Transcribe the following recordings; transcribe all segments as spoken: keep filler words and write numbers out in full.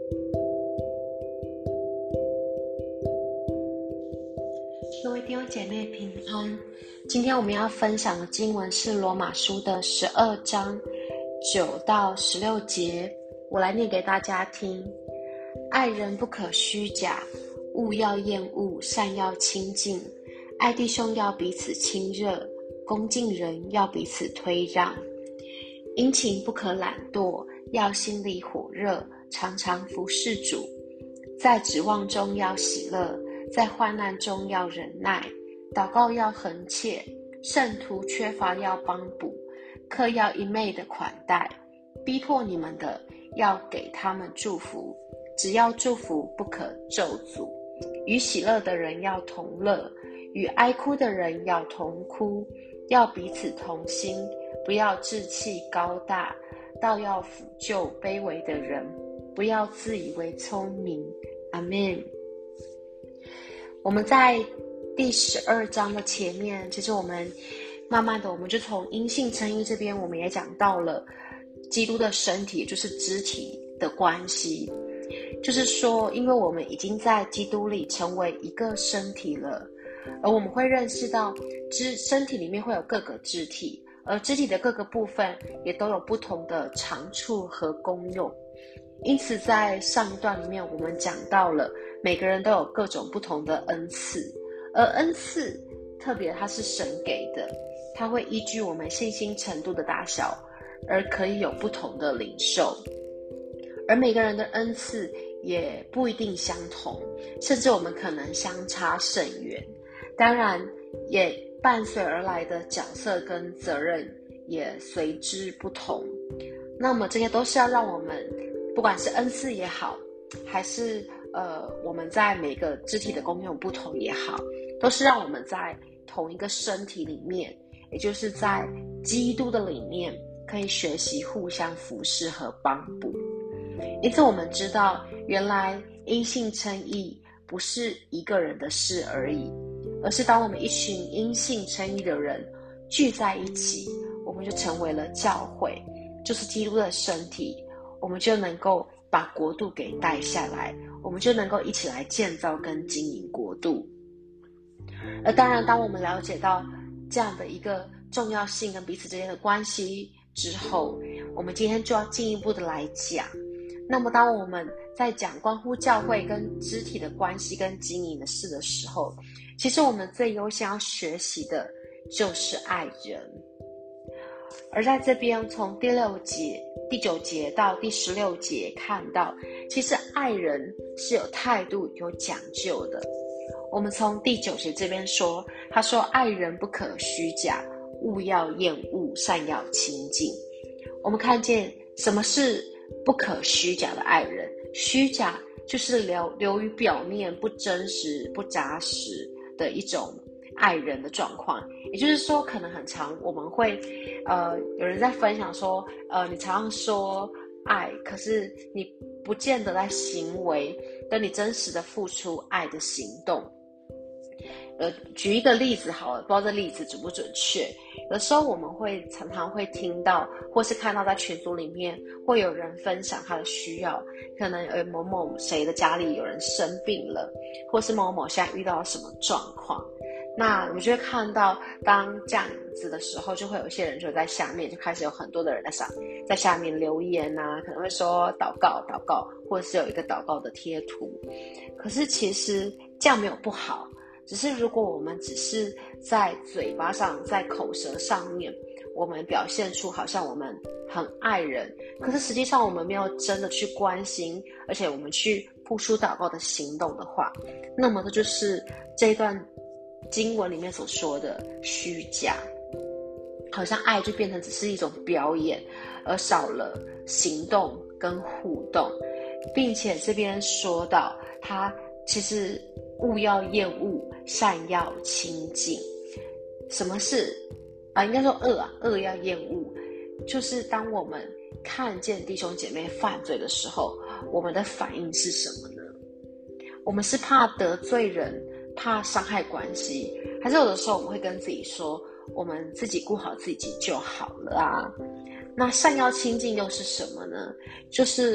各位弟兄姐妹平安，今天我们要分享的经文是罗马书的十二章九到十六节，我来念给大家听。爱人不可虚假，物要厌恶，善要亲近，爱弟兄要彼此亲热，恭敬人要彼此推让。殷勤不可懒惰，要心里火热，常常服侍主。在指望中要喜乐，在患难中要忍耐，祷告要恒切，圣徒缺乏要帮补，客要一昧的款待，逼迫你们的要给他们祝福，只要祝福，不可咒诅。与喜乐的人要同乐，与哀哭的人要同哭，要彼此同心，不要志气高大，倒要抚救卑微的人，不要自以为聪明。阿们。我们在第十二章的前面，其实我们慢慢的，我们就从因信称义这边，我们也讲到了基督的身体，也就是肢体的关系。就是说，因为我们已经在基督里成为一个身体了，而我们会认识到肢身体里面会有各个肢体，而肢体的各个部分也都有不同的长处和功用。因此在上一段里面，我们讲到了每个人都有各种不同的恩赐，而恩赐特别它是神给的，它会依据我们信心程度的大小而可以有不同的领受，而每个人的恩赐也不一定相同，甚至我们可能相差甚远。当然也伴随而来的角色跟责任也随之不同。那么这些都是要让我们不管是恩赐也好，还是呃我们在每个肢体的功用不同也好，都是让我们在同一个身体里面，也就是在基督的里面，可以学习互相服侍和帮补。因此我们知道，原来因信称义不是一个人的事而已，而是当我们一群因信称义的人聚在一起，我们就成为了教会，就是基督的身体，我们就能够把国度给带下来，我们就能够一起来建造跟经营国度。而当然，当我们了解到这样的一个重要性跟彼此之间的关系之后，我们今天就要进一步的来讲。那么当我们在讲关乎教会跟肢体的关系跟经营的事的时候，其实我们最优先要学习的就是爱人。而在这边从第六节第九节到第十六节看到，其实爱人是有态度有讲究的。我们从第九节这边说，他说爱人不可虚假，物要厌恶，善要亲近。我们看见什么是不可虚假的爱人？虚假就是流流于表面，不真实不扎实的一种爱人的状况。也就是说，可能很常我们会呃有人在分享说，呃你常常说爱，可是你不见得在行为跟你真实的付出爱的行动。呃，举一个例子好了，不知道这例子准不准确。有的时候我们会常常会听到，或是看到在群组里面会有人分享他的需要，可能呃某某谁的家里有人生病了，或是某某现在遇到了什么状况。那我们就会看到，当这样子的时候，就会有一些人就在下面就开始有很多的人在上在下面留言啊，可能会说祷告祷告，或者是有一个祷告的贴图。可是其实这样没有不好，只是如果我们只是在嘴巴上在口舌上面我们表现出好像我们很爱人，可是实际上我们没有真的去关心，而且我们去付出祷告的行动的话，那么这就是这一段经文里面所说的虚假，好像爱就变成只是一种表演，而少了行动跟互动。并且这边说到他其实物要厌恶，善要亲近。什么是啊？应该说恶啊，恶要厌恶，就是当我们看见弟兄姐妹犯罪的时候，我们的反应是什么呢？我们是怕得罪人，怕伤害关系，还是有的时候我们会跟自己说，我们自己顾好自己就好了啊？那善要亲近又是什么呢？就是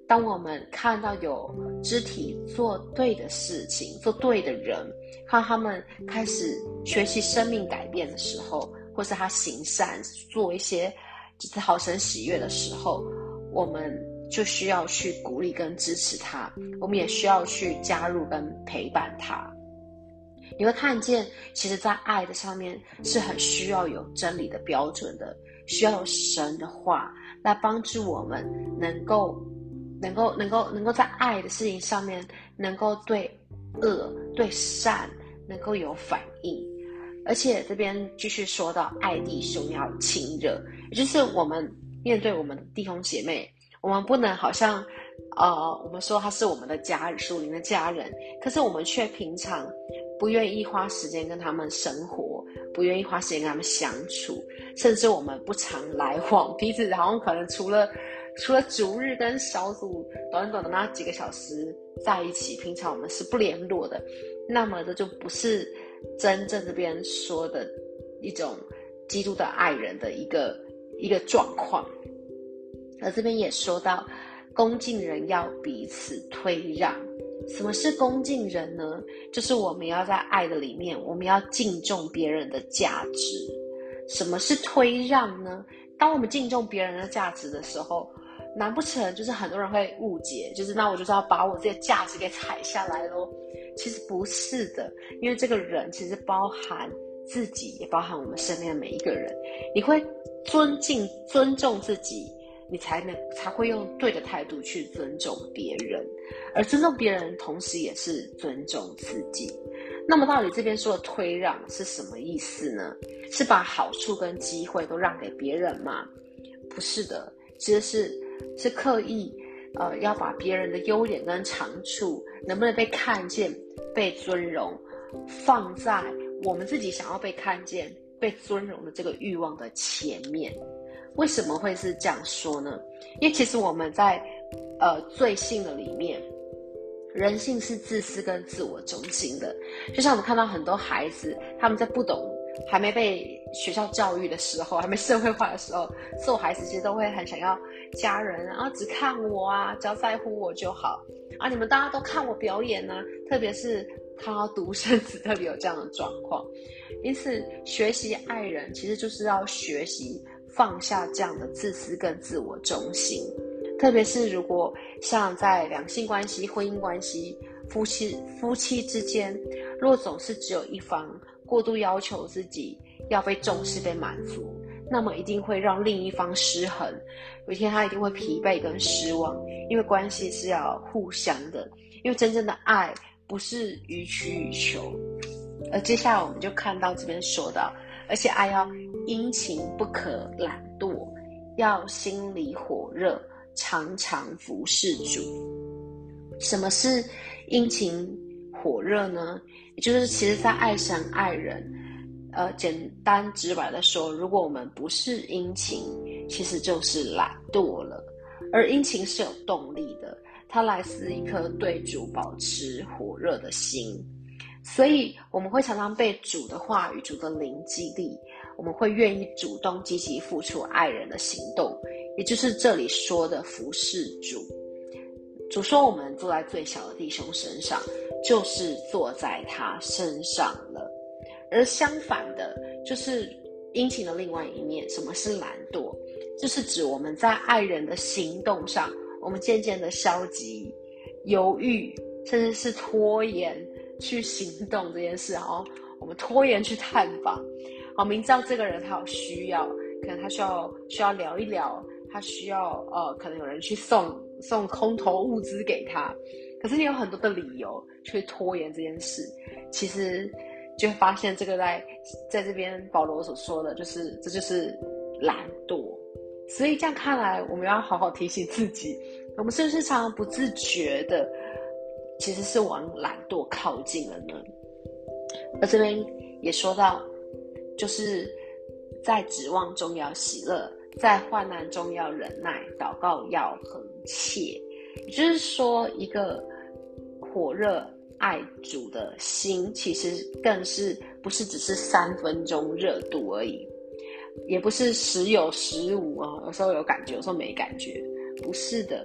当我们看到有肢体做对的事情，做对的人，看他们开始学习生命改变的时候，或是他行善，做一些就是好神喜悦的时候，我们就需要去鼓励跟支持他，我们也需要去加入跟陪伴他。你会看见，其实在爱的上面是很需要有真理的标准的，需要有神的话来帮助我们能够能够能够能够在爱的事情上面能够对恶对善能够有反应。而且这边继续说到爱弟兄要亲热，也就是我们面对我们的弟兄姐妹，我们不能好像呃我们说他是我们的家人，属灵的家人，可是我们却平常不愿意花时间跟他们生活，不愿意花时间跟他们相处，甚至我们不常来往，彼此好像可能除了除了主日跟小组短短的那几个小时在一起，平常我们是不联络的，那么这就不是真正这边说的一种基督的爱人的一个一个状况。而这边也说到恭敬人要彼此推让。什么是恭敬人呢？就是我们要在爱的里面，我们要敬重别人的价值。什么是推让呢？当我们敬重别人的价值的时候，难不成就是很多人会误解，就是那我就是要把我自己的价值给踩下来咯？其实不是的，因为这个人其实包含自己，也包含我们身边的每一个人。你会尊敬尊重自己，你才能才会用对的态度去尊重别人，而尊重别人同时也是尊重自己。那么到底这边说的推让是什么意思呢？是把好处跟机会都让给别人吗？不是的，其实是是刻意呃要把别人的优点跟长处能不能被看见、被尊荣，放在我们自己想要被看见、被尊荣的这个欲望的前面。为什么会是这样说呢？因为其实我们在呃罪性的里面，人性是自私跟自我中心的。就像我们看到很多孩子，他们在不懂还没被学校教育的时候，还没社会化的时候，做孩子其实都会很想要家人啊只看我啊，只要在乎我就好啊，你们大家都看我表演啊，特别是看到独生子特别有这样的状况。因此学习爱人其实就是要学习放下这样的自私跟自我中心。特别是如果像在两性关系、婚姻关系、夫妻夫妻之间，若总是只有一方过度要求自己要被重视、被满足，那么一定会让另一方失衡。有一天他一定会疲惫跟失望，因为关系是要互相的，因为真正的爱不是予取予求。而接下来我们就看到这边说到，而且爱要殷勤，不可懒惰，要心里火热，常常服侍主。什么是殷勤火热呢？也就是其实在爱神爱人，呃，简单直白的说，如果我们不是殷勤，其实就是懒惰了。而殷勤是有动力的，它来自一颗对主保持火热的心。所以我们会常常被主的话语、主的灵激励，我们会愿意主动积极付出爱人的行动，也就是这里说的服侍主。主说我们坐在最小的弟兄身上，就是坐在他身上了。而相反的，就是殷勤的另外一面。什么是懒惰？就是指我们在爱人的行动上，我们渐渐的消极、犹豫，甚至是拖延去行动这件事。好，我们拖延去探访，好，明知道这个人他有需要，可能他需要需要聊一聊，他需要呃，可能有人去送送空投物资给他，可是你有很多的理由去拖延这件事，其实就会发现这个在在这边保罗所说的就是这就是懒惰。所以这样看来，我们要好好提醒自己，我们是不是常常不自觉的其实是往懒惰靠近了呢？而这边也说到，就是在指望中要喜乐，在患难中要忍耐，祷告要恒切。也就是说，一个火热爱主的心，其实更是不是只是三分钟热度而已，也不是时有时无啊，有时候有感觉，有时候没感觉，不是的。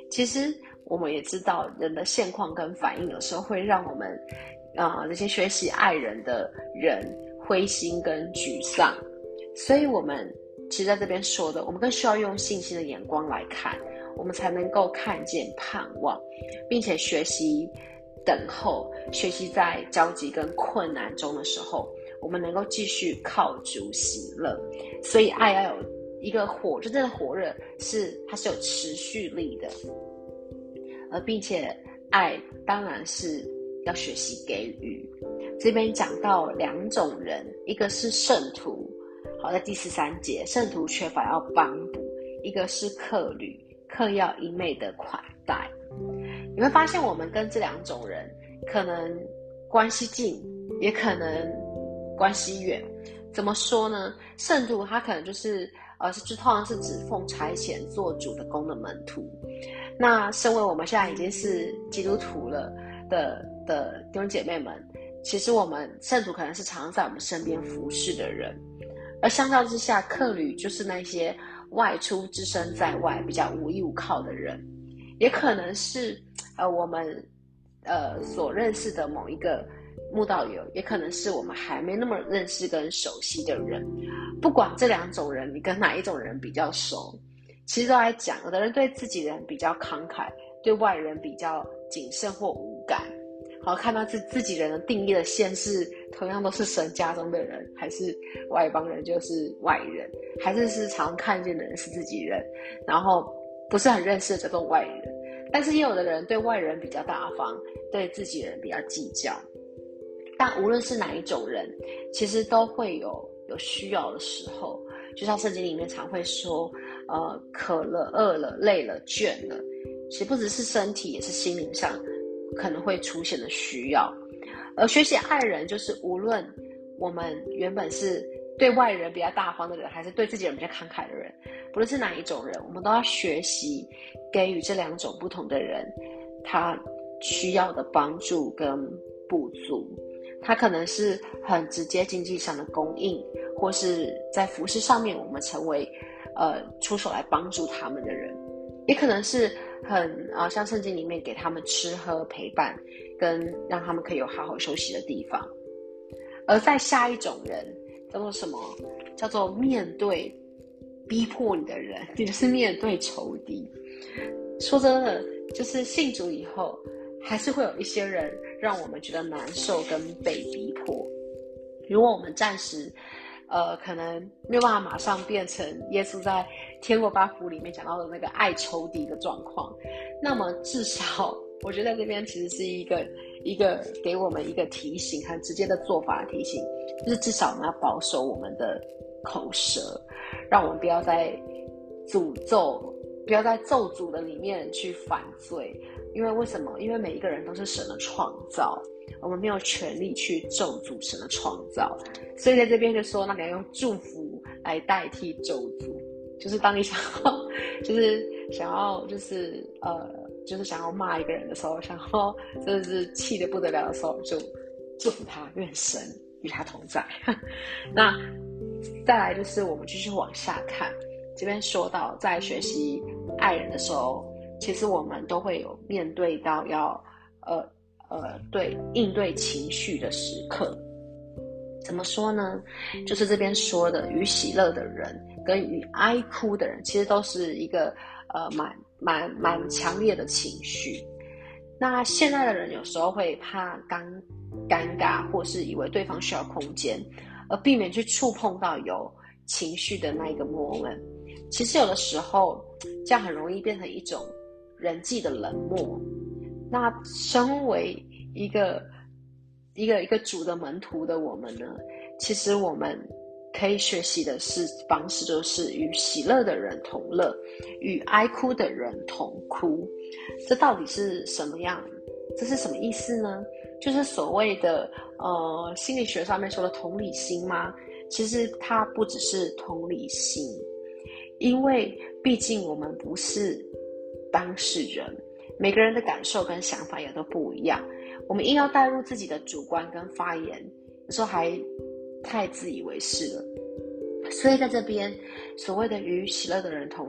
其实我们也知道，人的现况跟反应有时候会让我们，呃，这些学习爱人的人灰心跟沮丧。所以我们其实在这边说的，我们更需要用信心的眼光来看，我们才能够看见盼望，并且学习等候，学习在焦急跟困难中的时候，我们能够继续靠主喜乐。所以爱要有一个火，真正的火热是它是有持续力的，而并且爱当然是要学习给予。这边讲到两种人，一个是圣徒，好，在第十三节，圣徒缺乏要帮补；一个是客旅，客要一昧的款待。你会发现我们跟这两种人可能关系近，也可能关系远。怎么说呢？圣徒他可能就是呃，是通常是指奉差遣做主的工的门徒。那身为我们现在已经是基督徒了的的弟兄姐妹们，其实我们圣徒可能是常常在我们身边服侍的人，而相较之下，客旅就是那些外出置身在外、比较无依无靠的人，也可能是呃我们呃所认识的某一个慕道友，也可能是我们还没那么认识跟熟悉的人。不管这两种人你跟哪一种人比较熟，其实都来讲，有的人对自己人比较慷慨，对外人比较谨慎或无感。好，看到自自己人的定义的线是同样都是神家中的人，还是外邦人就是外人，还是是常看见的人是自己人，然后不是很认识的这种外人。但是也有的人对外人比较大方，对自己人比较计较。但无论是哪一种人，其实都会有有需要的时候，就像圣经里面常会说，呃，渴了、饿了、累了、倦了，其实不只是身体，也是心灵上可能会出现的需要。而学习爱人，就是无论我们原本是对外人比较大方的人，还是对自己人比较慷慨的人，不论是哪一种人，我们都要学习给予这两种不同的人他需要的帮助跟补足。他可能是很直接经济上的供应，或是在服事上面我们成为呃出手来帮助他们的人，也可能是很啊、呃、像圣经里面给他们吃喝陪伴，跟让他们可以有好好休息的地方。而在下一种人叫做什么？叫做面对逼迫你的人，也就是面对仇敌。说真的，就是信主以后，还是会有一些人让我们觉得难受跟被逼迫。如果我们暂时呃，可能没有办法马上变成耶稣在天国八福里面讲到的那个爱仇敌的状况，那么至少我觉得在这边其实是一个一个给我们一个提醒，很直接的做法的提醒，就是至少我们要保守我们的口舌，让我们不要在诅咒不要在咒诅的里面去犯罪。因为为什么？因为每一个人都是神的创造，我们没有权利去咒诅神的创造，所以在这边就说，那你要用祝福来代替咒诅。就是当你想要，就是想要，就是呃，就是想要骂一个人的时候，想要真的是气得不得了的时候，就祝福他，愿神与他同在。那再来就是我们继续往下看，这边说到在学习爱人的时候，其实我们都会有面对到要呃呃对应对情绪的时刻。怎么说呢？就是这边说的，与喜乐的人跟与哀哭的人，其实都是一个呃蛮蛮蛮强烈的情绪。那现在的人有时候会怕尴尴尬，或是以为对方需要空间，而避免去触碰到有情绪的那一个 moment。其实有的时候，这样很容易变成一种人际的冷漠。那身为一个一个一个主的门徒的我们呢，其实我们可以学习的是方式，就是与喜乐的人同乐，与哀哭的人同哭。这到底是什么样？这是什么意思呢？就是所谓的呃心理学上面说的同理心吗？其实它不只是同理心，因为毕竟我们不是当事人，每个人的感受跟想法也都不一样，我们硬要带入自己的主观跟发言，有时候还太自以为是了。所以在这边所谓的与喜乐的人同乐，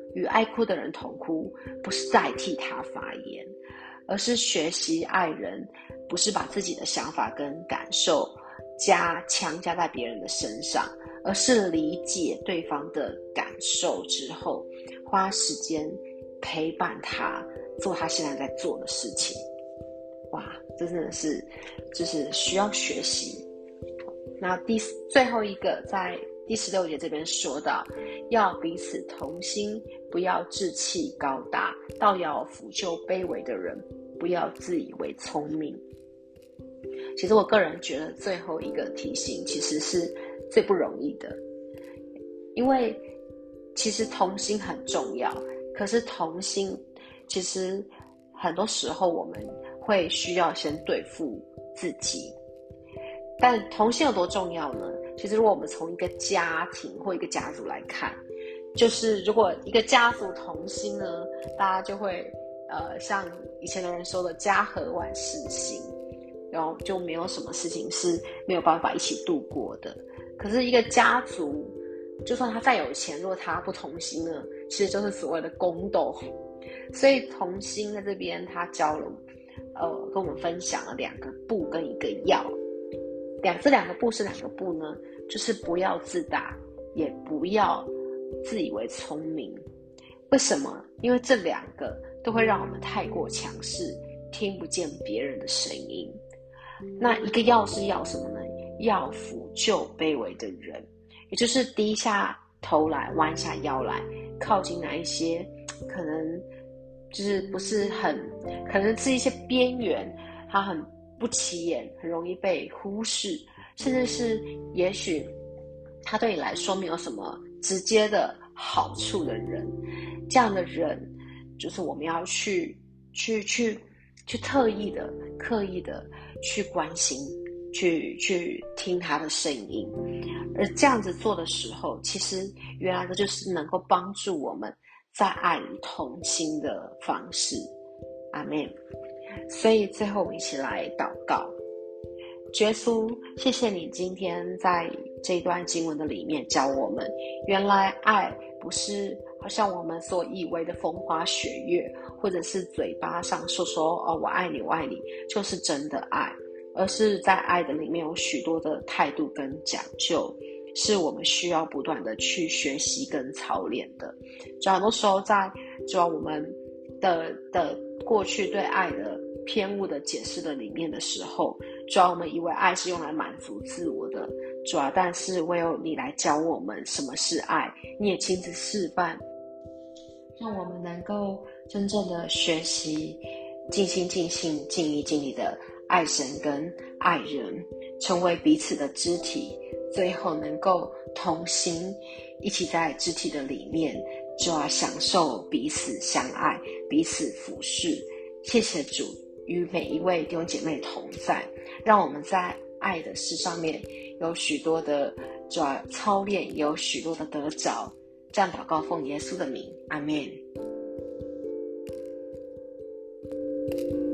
与爱哭的人同哭，不是代替他发言，而是学习爱人，不是把自己的想法跟感受加强加在别人的身上，而是理解对方的感受之后，花时间陪伴他做他现在在做的事情。哇，这真的是就是需要学习。那第最后一个，在第十六节这边说到，要彼此同心，不要志气高大，倒要抚救卑微的人，不要自以为聪明。其实我个人觉得最后一个提醒其实是最不容易的，因为其实同心很重要，可是同心其实很多时候我们会需要先对付自己。但同心有多重要呢？其实如果我们从一个家庭或一个家族来看，就是如果一个家族同心呢，大家就会呃像以前的人说的家和万事兴，然后就没有什么事情是没有办法一起度过的。可是一个家族就算他再有钱，如果他不同心呢，其实就是所谓的宫斗。所以同心在这边他教了呃跟我们分享了两个不跟一个要。两这两个不是两个不呢，就是不要自大，也不要自以为聪明。为什么？因为这两个都会让我们太过强势，听不见别人的声音。那一个要是要什么呢？要抚救卑微的人，也就是低下头来，弯下腰来，靠近那一些可能就是不是很，可能是一些边缘，他很不起眼，很容易被忽视，甚至是也许他对你来说没有什么直接的好处的人，这样的人就是我们要去去去去特意的刻意的去关心，去去听他的声音。而这样子做的时候，其实原来的就是能够帮助我们在爱里同心的方式。阿们。所以最后我们一起来祷告。主耶稣，谢谢你今天在这一段经文的里面教我们，原来爱不是好像我们所以为的风花雪月，或者是嘴巴上说说哦我爱你我爱你就是真的爱，而是在爱的里面有许多的态度跟讲究，是我们需要不断的去学习跟操练的。就很多时候在主要我们的的过去对爱的偏误的解释的里面的时候，主要我们以为爱是用来满足自我的，主要但是唯有你来教我们什么是爱，你也亲自示范，让我们能够真正的学习尽心尽性尽力尽力的爱神跟爱人，成为彼此的肢体，最后能够同心一起在肢体的里面就要享受彼此相爱，彼此服侍。谢谢主与每一位弟兄姐妹同在，让我们在爱的事上面有许多的操练，有许多的得着。这样祷告奉耶稣的名，阿们。